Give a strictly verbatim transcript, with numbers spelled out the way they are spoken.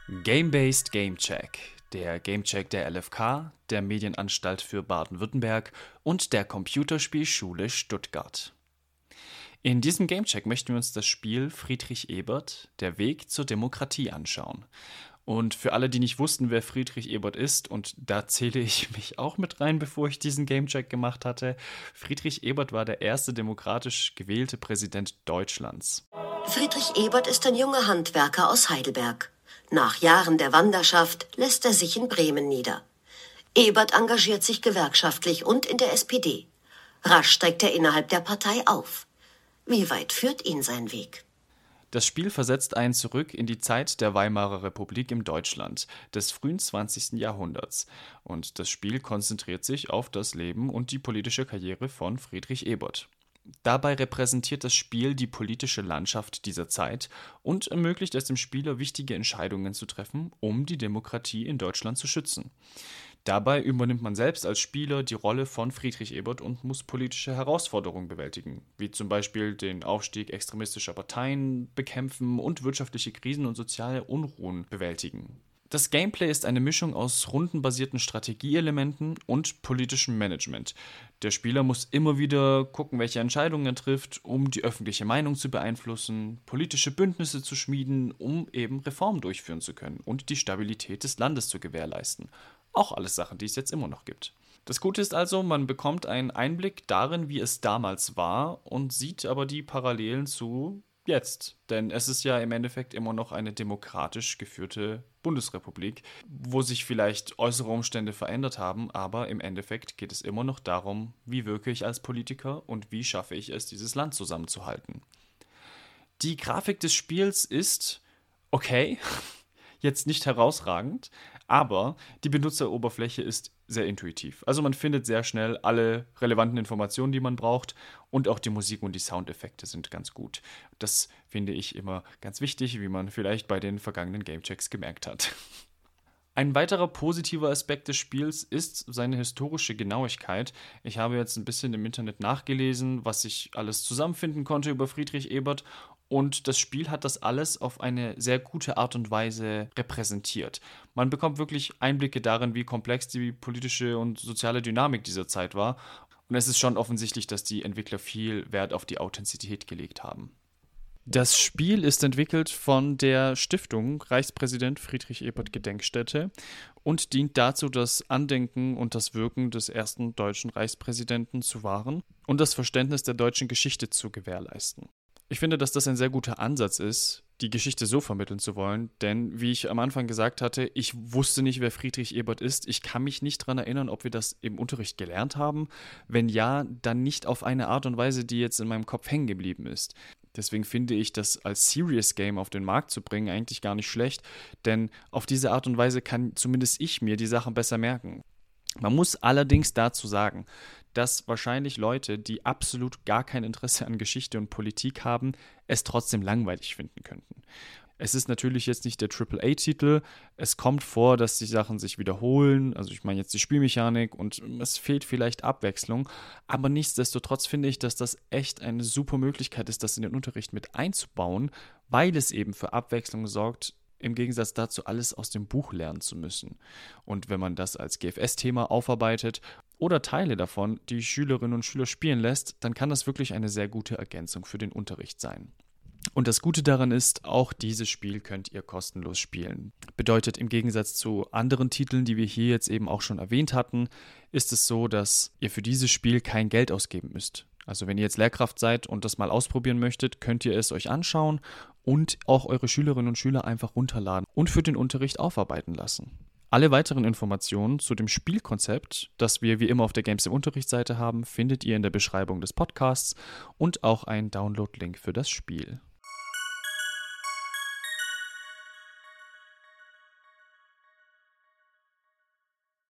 Game-Based Gamecheck, der Gamecheck der L F K, der Medienanstalt für Baden-Württemberg und der Computerspielschule Stuttgart. In diesem Gamecheck möchten wir uns das Spiel Friedrich Ebert, der Weg zur Demokratie anschauen. Und für alle, die nicht wussten, wer Friedrich Ebert ist, und da zähle ich mich auch mit rein, bevor ich diesen Gamecheck gemacht hatte, Friedrich Ebert war der erste demokratisch gewählte Präsident Deutschlands. Friedrich Ebert ist ein junger Handwerker aus Heidelberg. Nach Jahren der Wanderschaft lässt er sich in Bremen nieder. Ebert engagiert sich gewerkschaftlich und in der S P D. Rasch steigt er innerhalb der Partei auf. Wie weit führt ihn sein Weg? Das Spiel versetzt einen zurück in die Zeit der Weimarer Republik im Deutschland des frühen zwanzigsten Jahrhunderts. Und das Spiel konzentriert sich auf das Leben und die politische Karriere von Friedrich Ebert. Dabei repräsentiert das Spiel die politische Landschaft dieser Zeit und ermöglicht es dem Spieler, wichtige Entscheidungen zu treffen, um die Demokratie in Deutschland zu schützen. Dabei übernimmt man selbst als Spieler die Rolle von Friedrich Ebert und muss politische Herausforderungen bewältigen, wie zum Beispiel den Aufstieg extremistischer Parteien bekämpfen und wirtschaftliche Krisen und soziale Unruhen bewältigen. Das Gameplay ist eine Mischung aus rundenbasierten Strategieelementen und politischem Management. Der Spieler muss immer wieder gucken, welche Entscheidungen er trifft, um die öffentliche Meinung zu beeinflussen, politische Bündnisse zu schmieden, um eben Reformen durchführen zu können und die Stabilität des Landes zu gewährleisten. Auch alles Sachen, die es jetzt immer noch gibt. Das Gute ist also, man bekommt einen Einblick darin, wie es damals war und sieht aber die Parallelen zu jetzt. Denn es ist ja im Endeffekt immer noch eine demokratisch geführte Bundesrepublik, wo sich vielleicht äußere Umstände verändert haben, aber im Endeffekt geht es immer noch darum, wie wirke ich als Politiker und wie schaffe ich es, dieses Land zusammenzuhalten. Die Grafik des Spiels ist okay, jetzt nicht herausragend, aber die Benutzeroberfläche ist sehr intuitiv. Also man findet sehr schnell alle relevanten Informationen, die man braucht, und auch die Musik und die Soundeffekte sind ganz gut. Das finde ich immer ganz wichtig, wie man vielleicht bei den vergangenen Gamechecks gemerkt hat. Ein weiterer positiver Aspekt des Spiels ist seine historische Genauigkeit. Ich habe jetzt ein bisschen im Internet nachgelesen, was ich alles zusammenfinden konnte über Friedrich Ebert, und das Spiel hat das alles auf eine sehr gute Art und Weise repräsentiert. Man bekommt wirklich Einblicke darin, wie komplex die politische und soziale Dynamik dieser Zeit war. Und es ist schon offensichtlich, dass die Entwickler viel Wert auf die Authentizität gelegt haben. Das Spiel ist entwickelt von der Stiftung Reichspräsident Friedrich Ebert Gedenkstätte und dient dazu, das Andenken und das Wirken des ersten deutschen Reichspräsidenten zu wahren und das Verständnis der deutschen Geschichte zu gewährleisten. Ich finde, dass das ein sehr guter Ansatz ist, die Geschichte so vermitteln zu wollen, denn wie ich am Anfang gesagt hatte, ich wusste nicht, wer Friedrich Ebert ist. Ich kann mich nicht daran erinnern, ob wir das im Unterricht gelernt haben. Wenn ja, dann nicht auf eine Art und Weise, die jetzt in meinem Kopf hängen geblieben ist. Deswegen finde ich, das als Serious Game auf den Markt zu bringen eigentlich gar nicht schlecht, denn auf diese Art und Weise kann zumindest ich mir die Sachen besser merken. Man muss allerdings dazu sagen, dass wahrscheinlich Leute, die absolut gar kein Interesse an Geschichte und Politik haben, es trotzdem langweilig finden könnten. Es ist natürlich jetzt nicht der Triple A Titel, es kommt vor, dass die Sachen sich wiederholen, also ich meine jetzt die Spielmechanik, und es fehlt vielleicht Abwechslung, aber nichtsdestotrotz finde ich, dass das echt eine super Möglichkeit ist, das in den Unterricht mit einzubauen, weil es eben für Abwechslung sorgt, im Gegensatz dazu alles aus dem Buch lernen zu müssen. Und wenn man das als G F S-Thema aufarbeitet oder Teile davon die Schülerinnen und Schüler spielen lässt, dann kann das wirklich eine sehr gute Ergänzung für den Unterricht sein. Und das Gute daran ist, auch dieses Spiel könnt ihr kostenlos spielen. Bedeutet, im Gegensatz zu anderen Titeln, die wir hier jetzt eben auch schon erwähnt hatten, ist es so, dass ihr für dieses Spiel kein Geld ausgeben müsst. Also wenn ihr jetzt Lehrkraft seid und das mal ausprobieren möchtet, könnt ihr es euch anschauen und auch eure Schülerinnen und Schüler einfach runterladen und für den Unterricht aufarbeiten lassen. Alle weiteren Informationen zu dem Spielkonzept, das wir wie immer auf der Games im Unterricht Seite haben, findet ihr in der Beschreibung des Podcasts und auch einen Download-Link für das Spiel.